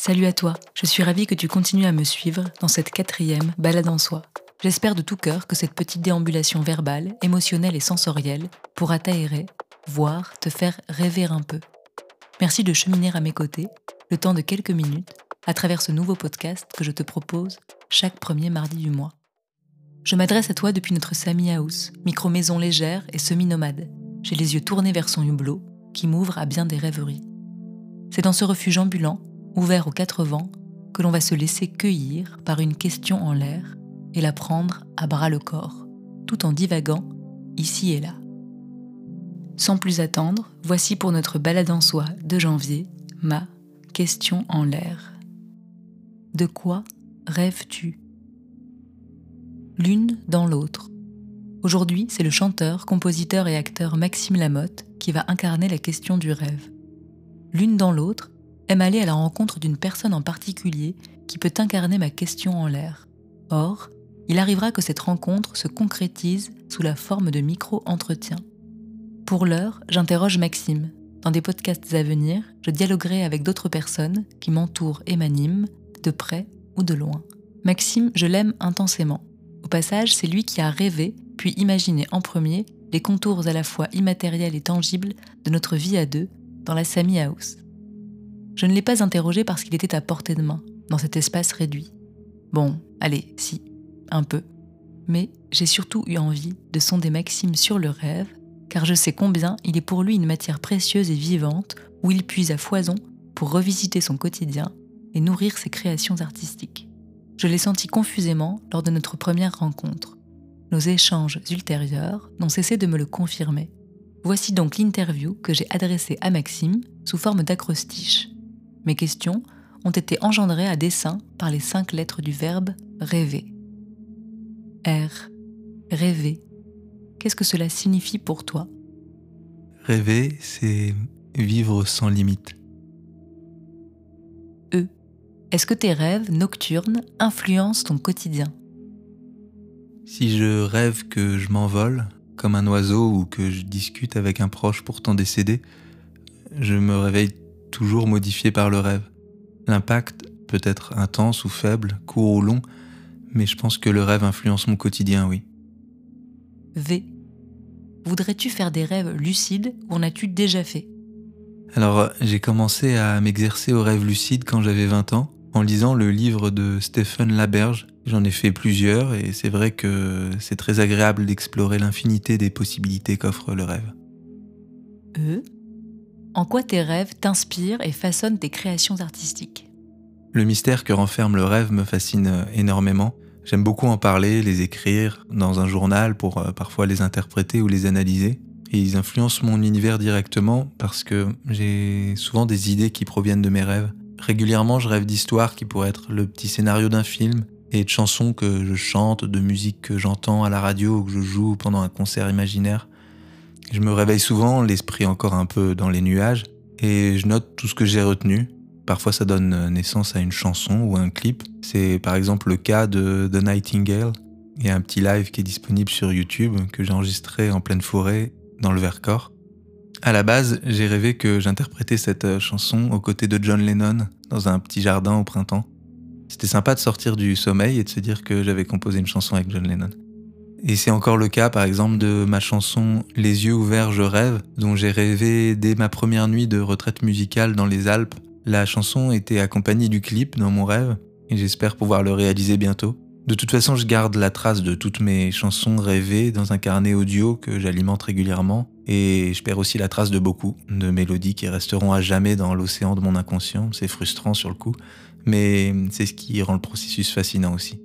Salut à toi, je suis ravie que tu continues à me suivre dans cette 4e balade en soi. J'espère de tout cœur que cette petite déambulation verbale, émotionnelle et sensorielle pourra t'aérer, voire te faire rêver un peu. Merci de cheminer à mes côtés, le temps de quelques minutes, à travers ce nouveau podcast que je te propose chaque premier mardi du mois. Je m'adresse à toi depuis notre Sammy House, micro-maison légère et semi-nomade. J'ai les yeux tournés vers son hublot, qui m'ouvre à bien des rêveries. C'est dans ce refuge ambulant, ouvert aux 4 vents, que l'on va se laisser cueillir par une question en l'air et la prendre à bras-le-corps, tout en divaguant ici et là. Sans plus attendre, voici pour notre balade en soi de janvier, ma question en l'air. De quoi rêves-tu ? L'une dans l'autre. Aujourd'hui, c'est le chanteur, compositeur et acteur Maxime Lamotte qui va incarner la question du rêve. L'une dans l'autre aime aller à la rencontre d'une personne en particulier qui peut incarner ma question en l'air. Or, il arrivera que cette rencontre se concrétise sous la forme de micro-entretiens. Pour l'heure, j'interroge Maxime. Dans des podcasts à venir, je dialoguerai avec d'autres personnes qui m'entourent et m'animent, de près ou de loin. Maxime, je l'aime intensément. Au passage, c'est lui qui a rêvé, puis imaginé en premier, les contours à la fois immatériels et tangibles de notre vie à deux dans la Sammy House. Je ne l'ai pas interrogé parce qu'il était à portée de main, dans cet espace réduit. Bon, allez, si, un peu. Mais j'ai surtout eu envie de sonder Maxime sur le rêve, car je sais combien il est pour lui une matière précieuse et vivante où il puise à foison pour revisiter son quotidien et nourrir ses créations artistiques. Je l'ai senti confusément lors de notre première rencontre. Nos échanges ultérieurs n'ont cessé de me le confirmer. Voici donc l'interview que j'ai adressée à Maxime sous forme d'acrostiche. Mes questions ont été engendrées à dessein par les 5 lettres du verbe « rêver ». R. Rêver. Qu'est-ce que cela signifie pour toi ? Rêver, c'est vivre sans limite. E. Est-ce que tes rêves nocturnes influencent ton quotidien ? Si je rêve que je m'envole, comme un oiseau, ou que je discute avec un proche pourtant décédé, je me réveille toujours modifié par le rêve. L'impact peut être intense ou faible, court ou long, mais je pense que le rêve influence mon quotidien, oui. V. Voudrais-tu faire des rêves lucides ou en as-tu déjà fait ? Alors, j'ai commencé à m'exercer au rêve lucide quand j'avais 20 ans, en lisant le livre de Stéphane Laberge. J'en ai fait plusieurs et c'est vrai que c'est très agréable d'explorer l'infinité des possibilités qu'offre le rêve. E. En quoi tes rêves t'inspirent et façonnent tes créations artistiques ? Le mystère que renferme le rêve me fascine énormément. J'aime beaucoup en parler, les écrire dans un journal pour parfois les interpréter ou les analyser. Et ils influencent mon univers directement parce que j'ai souvent des idées qui proviennent de mes rêves. Régulièrement, je rêve d'histoires qui pourraient être le petit scénario d'un film et de chansons que je chante, de musique que j'entends à la radio ou que je joue pendant un concert imaginaire. Je me réveille souvent, l'esprit encore un peu dans les nuages, et je note tout ce que j'ai retenu. Parfois ça donne naissance à une chanson ou un clip. C'est par exemple le cas de The Nightingale. Il y a un petit live qui est disponible sur YouTube que j'ai enregistré en pleine forêt dans le Vercors. À la base, j'ai rêvé que j'interprétais cette chanson aux côtés de John Lennon dans un petit jardin au printemps. C'était sympa de sortir du sommeil et de se dire que j'avais composé une chanson avec John Lennon. Et c'est encore le cas par exemple de ma chanson « Les yeux ouverts, je rêve » dont j'ai rêvé dès ma première nuit de retraite musicale dans les Alpes. La chanson était accompagnée du clip dans mon rêve et j'espère pouvoir le réaliser bientôt. De toute façon, je garde la trace de toutes mes chansons rêvées dans un carnet audio que j'alimente régulièrement et je perds aussi la trace de beaucoup de mélodies qui resteront à jamais dans l'océan de mon inconscient. C'est frustrant sur le coup, mais c'est ce qui rend le processus fascinant aussi.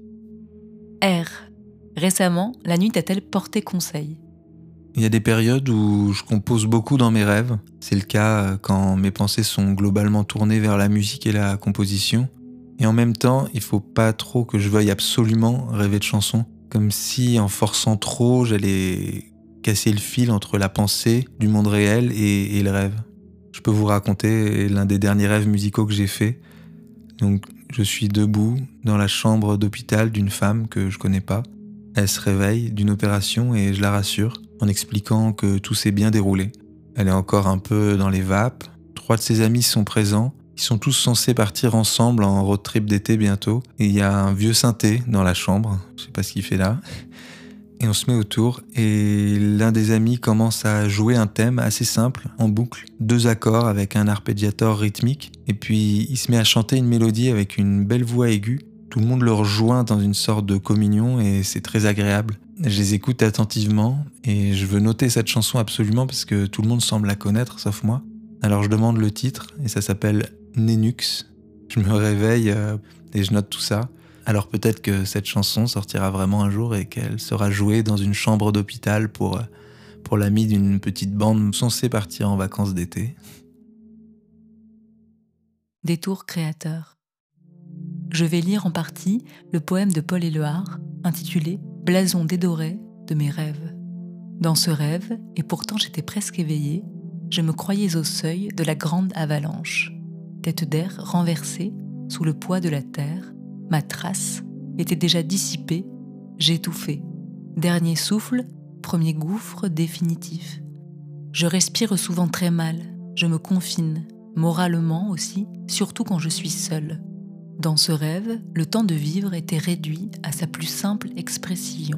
R. Récemment, la nuit t'a-t-elle porté conseil ? Il y a des périodes où je compose beaucoup dans mes rêves. C'est le cas quand mes pensées sont globalement tournées vers la musique et la composition. Et en même temps, il faut pas trop que je veuille absolument rêver de chansons. Comme si, en forçant trop, j'allais casser le fil entre la pensée du monde réel et le rêve. Je peux vous raconter l'un des derniers rêves musicaux que j'ai fait. Donc, je suis debout dans la chambre d'hôpital d'une femme que je connais pas. Elle se réveille d'une opération et je la rassure en expliquant que tout s'est bien déroulé. Elle est encore un peu dans les vapes. 3 de ses amis sont présents. Ils Ils sont tous censés partir ensemble en road trip d'été bientôt. Et il y a un vieux synthé dans la chambre, je sais pas ce qu'il fait là. Et on se met autour et l'un des amis commence à jouer un thème assez simple, en boucle, 2 accords avec un arpégiateur rythmique. Et puis il se met à chanter une mélodie avec une belle voix aiguë. Tout le monde le rejoint dans une sorte de communion et c'est très agréable. Je les écoute attentivement et je veux noter cette chanson absolument parce que tout le monde semble la connaître sauf moi. Alors je demande le titre et ça s'appelle Nenux. Je me réveille et je note tout ça. Alors peut-être que cette chanson sortira vraiment un jour et qu'elle sera jouée dans une chambre d'hôpital pour l'ami d'une petite bande censée partir en vacances d'été. Détour créateur. Je vais lire en partie le poème de Paul Éluard intitulé « Blason dédoré de mes rêves ». Dans ce rêve, et pourtant j'étais presque éveillée, je me croyais au seuil de la grande avalanche. Tête d'air renversée sous le poids de la terre, ma trace était déjà dissipée, j'étouffais. Dernier souffle, premier gouffre définitif. Je respire souvent très mal, je me confine, moralement aussi, surtout quand je suis seule. Dans ce rêve, le temps de vivre était réduit à sa plus simple expression,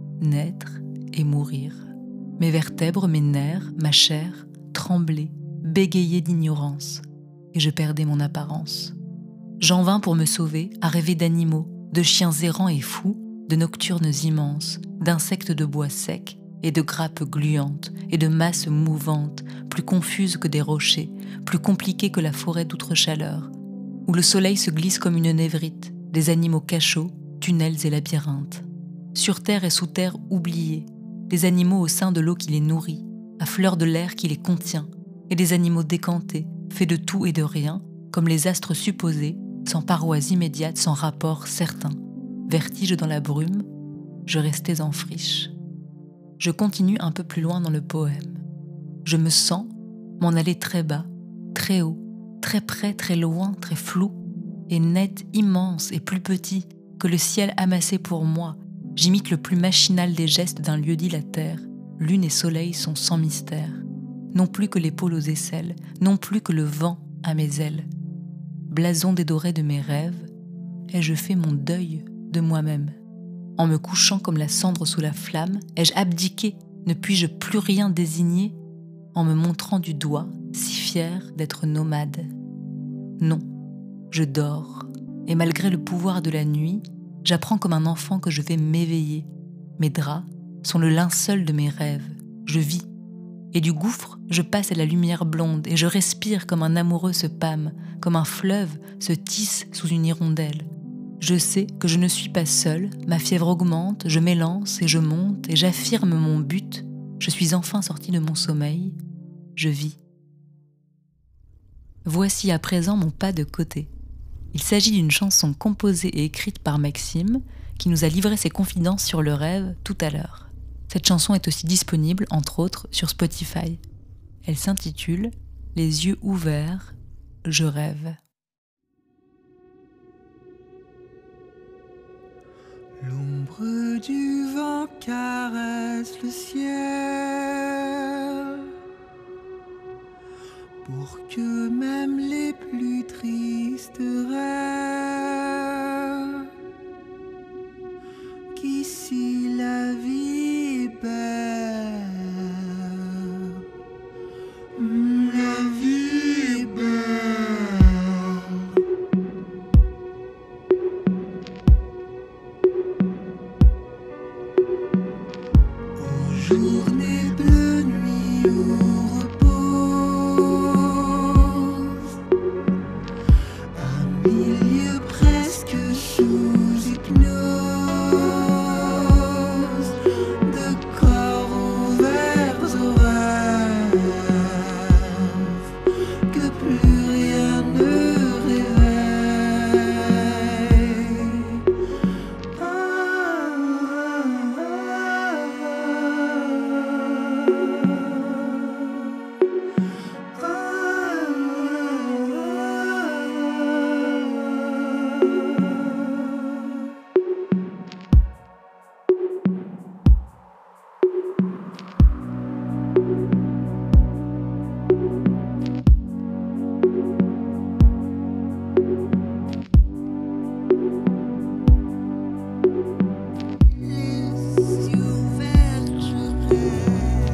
naître et mourir. Mes vertèbres, mes nerfs, ma chair tremblaient, bégayaient d'ignorance, et je perdais mon apparence. J'en vins pour me sauver à rêver d'animaux, de chiens errants et fous, de nocturnes immenses, d'insectes de bois secs et de grappes gluantes et de masses mouvantes, plus confuses que des rochers, plus compliquées que la forêt d'outre-chaleur, où le soleil se glisse comme une névrite, des animaux cachots, tunnels et labyrinthes. Sur terre et sous terre oubliés, des animaux au sein de l'eau qui les nourrit, à fleur de l'air qui les contient, et des animaux décantés, faits de tout et de rien, comme les astres supposés, sans parois immédiates, sans rapport certain. Vertige dans la brume, je restais en friche. Je continue un peu plus loin dans le poème. Je me sens m'en aller très bas, très haut, très près, très loin, très flou, et net, immense et plus petit que le ciel amassé pour moi. J'imite le plus machinal des gestes d'un lieu-dit la terre. Lune et soleil sont sans mystère. Non plus que l'épaule aux aisselles, non plus que le vent à mes ailes. Blason dédoré de mes rêves, ai-je fait mon deuil de moi-même. En me couchant comme la cendre sous la flamme, ai-je abdiqué, ne puis-je plus rien désigner, en me montrant du doigt, si fier d'être nomade. Non, je dors, et malgré le pouvoir de la nuit, j'apprends comme un enfant que je vais m'éveiller. Mes draps sont le linceul de mes rêves, je vis. Et du gouffre, je passe à la lumière blonde et je respire comme un amoureux se pâme, comme un fleuve se tisse sous une hirondelle. Je sais que je ne suis pas seule, ma fièvre augmente, je m'élance et je monte et j'affirme mon but. Je suis enfin sortie de mon sommeil, je vis. Voici à présent mon pas de côté. Il s'agit d'une chanson composée et écrite par Maxime, qui nous a livré ses confidences sur le rêve tout à l'heure. Cette chanson est aussi disponible, entre autres, sur Spotify. Elle s'intitule « Les yeux ouverts, je rêve ». L'ombre du vent caresse le ciel pour que même les plus tristes rêvent qu'ici la vie est belle. La vie est belle. Aux journées de nuit où repose un milieu presque sous hypnose de corps ouverts aux rêves que plus rien ne réveille. Les yeux ouverts, je rêve.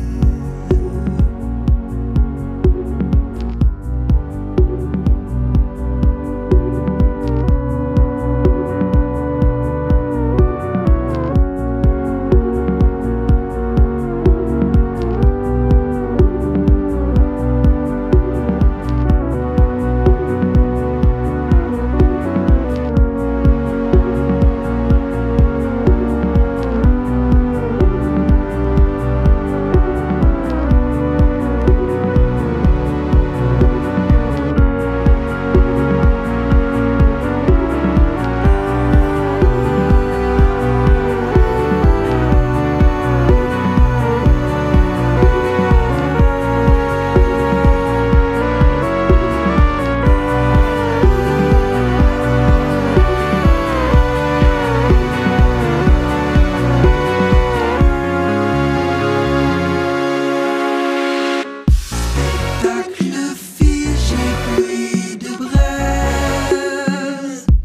Spectacle figé, pluie de braise.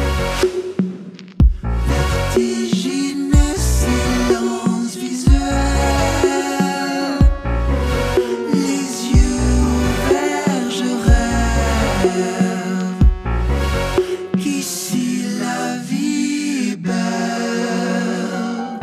Vertigineux silence visuel. Les yeux ouverts, je rêve qu'ici la vie est belle.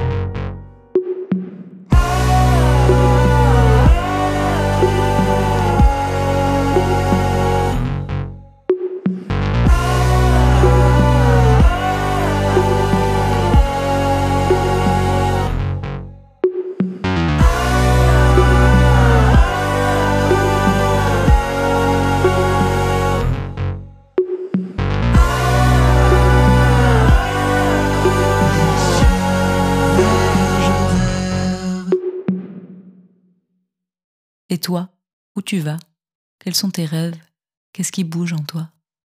Et toi, où tu vas? Quels sont tes rêves? Qu'est-ce qui bouge en toi?